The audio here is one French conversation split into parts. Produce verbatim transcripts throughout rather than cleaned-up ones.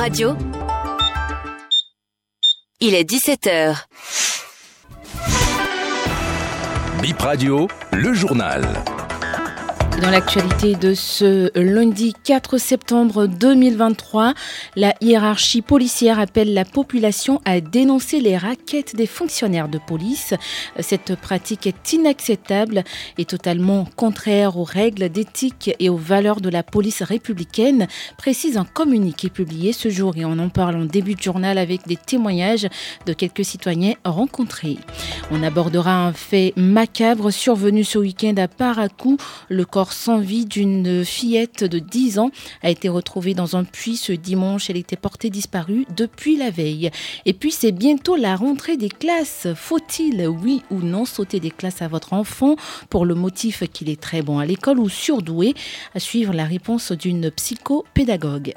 Radio. Il est dix-sept heures. Bip Radio, le journal. Dans l'actualité de ce lundi quatre septembre deux mille vingt-trois, la hiérarchie policière appelle la population à dénoncer les rackets des fonctionnaires de police. Cette pratique est inacceptable et totalement contraire aux règles d'éthique et aux valeurs de la police républicaine, précise un communiqué publié ce jour. Et on en parle en début de journal avec des témoignages de quelques citoyens rencontrés. On abordera un fait macabre survenu ce week-end à Parakou. Le corps sans vie d'une fillette de dix ans a été retrouvée dans un puits ce dimanche. Elle était portée disparue depuis la veille. Et puis c'est bientôt la rentrée des classes. Faut-il, oui ou non, sauter des classes à votre enfant pour le motif qu'il est très bon à l'école ou surdoué? À suivre la réponse d'une psychopédagogue.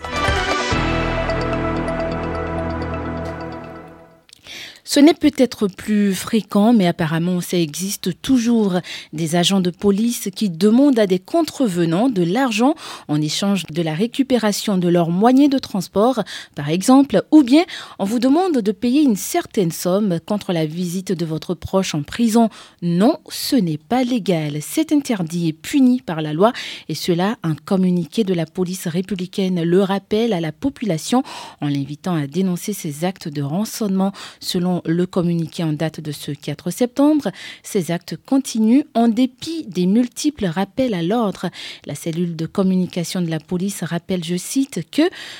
Ce n'est peut-être plus fréquent, mais apparemment ça existe toujours des agents de police qui demandent à des contrevenants de l'argent en échange de la récupération de leurs moyens de transport, par exemple, ou bien on vous demande de payer une certaine somme contre la visite de votre proche en prison. Non, ce n'est pas légal, c'est interdit et puni par la loi, et cela, un communiqué de la police républicaine le rappelle à la population en l'invitant à dénoncer ces actes de rançonnement. Selon le communiqué en date de ce quatre septembre, ces actes continuent en dépit des multiples rappels à l'ordre. La cellule de communication de la police rappelle, je cite, que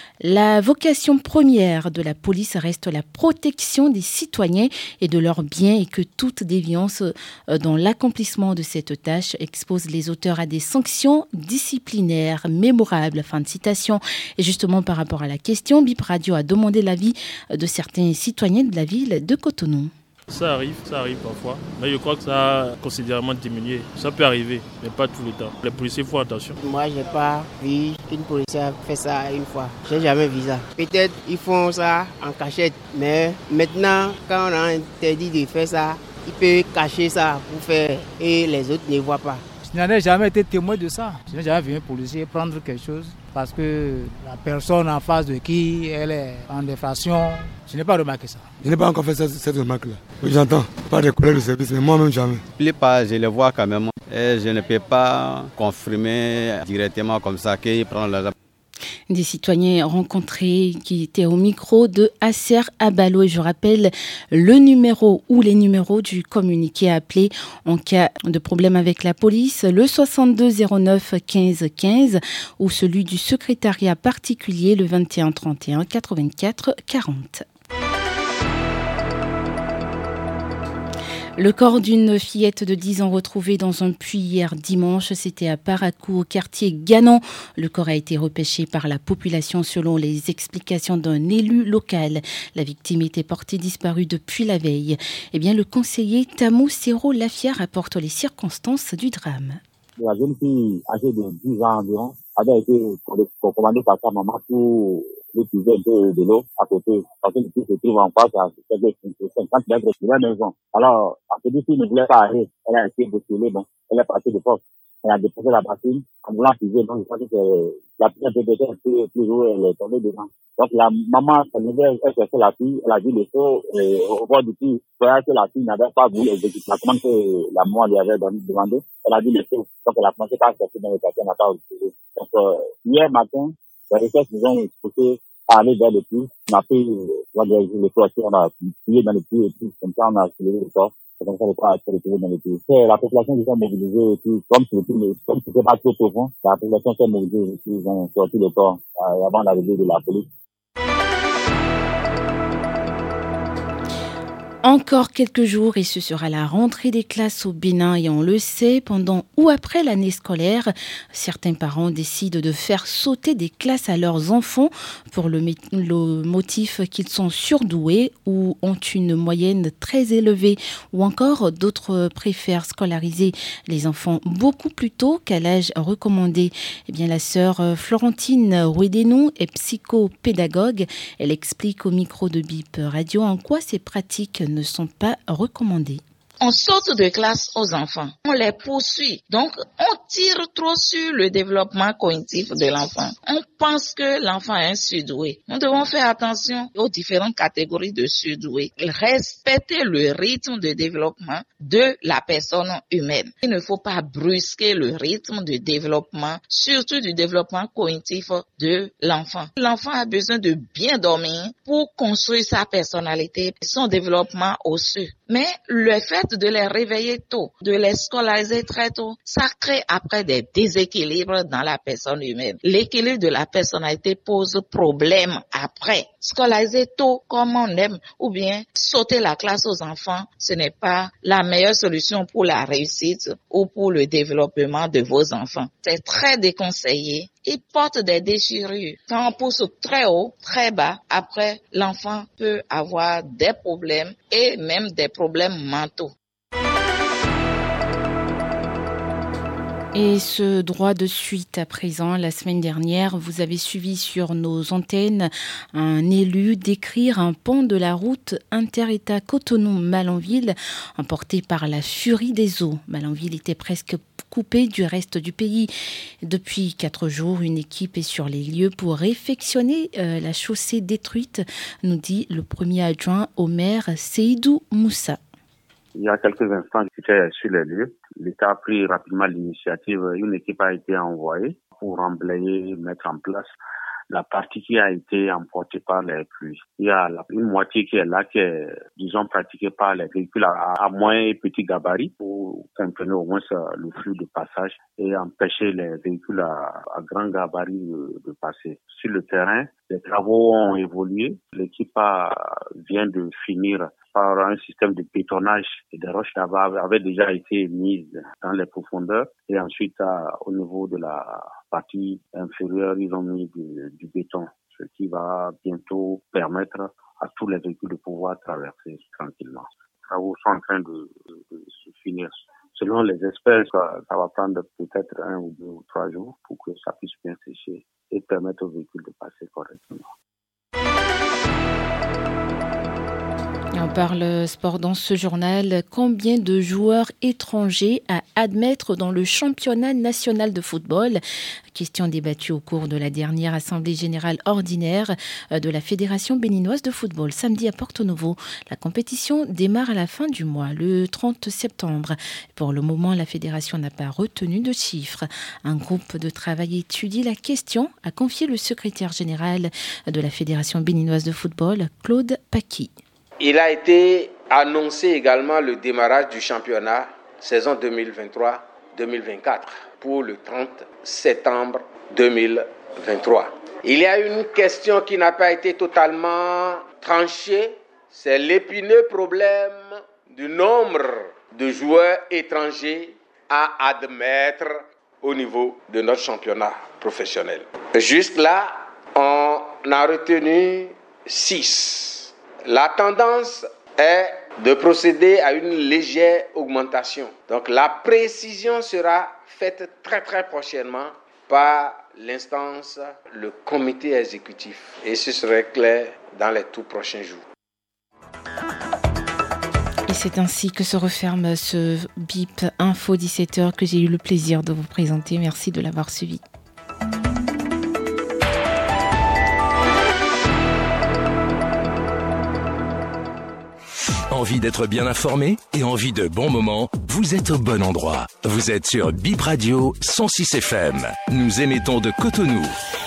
la vocation première de la police reste la protection des citoyens et de leurs biens et que toute déviance dans l'accomplissement de cette tâche expose les auteurs à des sanctions disciplinaires mémorables. Fin de citation. Et justement, par rapport à la question, Bip Radio a demandé l'avis de certains citoyens de la ville de Cotonou. Ça arrive, ça arrive parfois, mais je crois que ça a considérablement diminué. Ça peut arriver, mais pas tout le temps. Les policiers font attention. Moi, j'ai pas vu qu'une policière fait ça une fois. J'ai jamais vu ça. Peut-être ils font ça en cachette, mais maintenant, quand on a interdit de faire ça, ils peuvent cacher ça pour faire et les autres ne voient pas. Je n'en ai jamais été témoin de ça. Je n'ai jamais vu un policier prendre quelque chose parce que la personne en face de qui elle est en défraction, je n'ai pas remarqué ça. Je n'ai pas encore fait cette, cette remarque-là. Oui, j'entends, pas des collègues de service, mais moi-même jamais. La plupart, je les vois quand même. Et je ne peux pas confirmer directement comme ça qu'ils prennent l'argent. Des citoyens rencontrés qui étaient au micro de Asser Abalo. Et je rappelle le numéro ou les numéros du communiqué à appeler en cas de problème avec la police, le soixante-deux zéro neuf quinze quinze ou celui du secrétariat particulier, le vingt et un trente et un quatre-vingt-quatre quarante. Le corps d'une fillette de dix ans retrouvée dans un puits hier dimanche, c'était à Parakou, au quartier Ganon. Le corps a été repêché par la population selon les explications d'un élu local. La victime était portée disparue depuis la veille. Eh bien, le conseiller Tamou Sero Lafia rapporte les circonstances du drame. La jeune fille âgée de dix ans environ avait été commandée par sa maman pour l'utiliser un peu de l'eau à côté, parce que le puits se trouve en face à cinquante mètres de la maison. Alors, à celui-ci ne voulait pas aller, elle a été bousculée, donc elle est partie de force. Elle a déposé la bassine en voulant figer, donc je pense que la petite était un peu plus haut, elle est tombée dedans. Donc la maman s'est levée, elle cherchait la fille, elle a vu le feu au bord du puits. Voyant que la fille n'avait pas voulu exécuter la commande que la maman lui avait demandé, elle a vu le feu. Donc elle a commencé par chercher dans le quartier, elle n'a pas utilisé. Donc euh, hier matin, les recherches nous ont poussé à aller vers le puits. On a pris le clocher, on a fouillé dans le puits et tout, comme ça on a soulevé le corps. C'est comme ça le corps a été retrouvé dans le puits. La population qui s'est mobilisée et puis, comme comme c'était pas trop profond, la population s'est mobilisée et puis ils ont sorti le corps euh, avant l'arrivée de la police. Encore quelques jours et ce sera la rentrée des classes au Bénin et on le sait, pendant ou après l'année scolaire, certains parents décident de faire sauter des classes à leurs enfants pour le, le motif qu'ils sont surdoués ou ont une moyenne très élevée ou encore d'autres préfèrent scolariser les enfants beaucoup plus tôt qu'à l'âge recommandé. Eh bien, la sœur Florentine Rouédénou est psychopédagogue. Elle explique au micro de Bip Radio en quoi ces pratiques ne sont pas recommandées. On saute de classe aux enfants, on les poursuit. Donc, on tire trop sur le développement cognitif de l'enfant. On pense que l'enfant est un surdoué. Nous devons faire attention aux différentes catégories de surdoués. Respecter le rythme de développement de la personne humaine. Il ne faut pas brusquer le rythme de développement, surtout du développement cognitif de l'enfant. L'enfant a besoin de bien dormir pour construire sa personnalité, son développement osseux. Mais le fait de les réveiller tôt, de les scolariser très tôt, ça crée après des déséquilibres dans la personne humaine. L'équilibre de la personnalité pose problème après. Scolariser tôt comme on aime ou bien sauter la classe aux enfants, ce n'est pas la meilleure solution pour la réussite ou pour le développement de vos enfants. C'est très déconseillé. Ils portent des déchirures. Quand on pousse très haut, très bas, après, l'enfant peut avoir des problèmes et même des problèmes mentaux. Et ce droit de suite à présent, la semaine dernière, vous avez suivi sur nos antennes un élu décrire un pont de la route inter-État Cotonou-Malanville emporté par la furie des eaux. Malanville était presque coupé du reste du pays. Depuis quatre jours, une équipe est sur les lieux pour réfectionner euh, la chaussée détruite, nous dit le premier adjoint au maire Seydou Moussa. Il y a quelques instants, j'étais sur les lieux. L'État a pris rapidement l'initiative. Une équipe a été envoyée pour emblayer, mettre en place la partie qui a été emportée par les pluies. Il y a une moitié qui est là, qui est, disons, pratiquée par les véhicules à, à moins et petit gabarit pour contenir au moins le flux de passage et empêcher les véhicules à, à grand gabarit de, de passer. Sur le terrain, les travaux ont évolué. L'équipe a, vient de finir par un système de bétonnage et des roches avaient déjà été mises dans les profondeurs et ensuite à, au niveau de la partie inférieure, ils ont mis du, du béton, ce qui va bientôt permettre à tous les véhicules de pouvoir traverser tranquillement. Les travaux sont en train de, de, de se finir. Selon les experts, ça, ça va prendre peut-être un ou deux ou trois jours pour que ça puisse bien sécher et permettre aux véhicules de passer correctement. On parle sport dans ce journal. Combien de joueurs étrangers à admettre dans le championnat national de football ? Question débattue au cours de la dernière assemblée générale ordinaire de la Fédération béninoise de football. Samedi à Porto Novo, la compétition démarre à la fin du mois, le trente septembre. Pour le moment, la fédération n'a pas retenu de chiffres. Un groupe de travail étudie la question, a confié le secrétaire général de la Fédération béninoise de football, Claude Paqui. Il a été annoncé également le démarrage du championnat saison deux mille vingt-trois deux mille vingt-quatre pour le trente septembre deux mille vingt-trois. Il y a une question qui n'a pas été totalement tranchée, c'est l'épineux problème du nombre de joueurs étrangers à admettre au niveau de notre championnat professionnel. Jusque-là, on a retenu six. La tendance est de procéder à une légère augmentation. Donc la précision sera faite très très prochainement par l'instance, le comité exécutif. Et ce serait clair dans les tout prochains jours. Et c'est ainsi que se referme ce B I P Info dix-sept heures que j'ai eu le plaisir de vous présenter. Merci de l'avoir suivi. Envie d'être bien informé et envie de bons moments? Vous êtes au bon endroit. Vous êtes sur B I P Radio cent six F M. Nous émettons de Cotonou.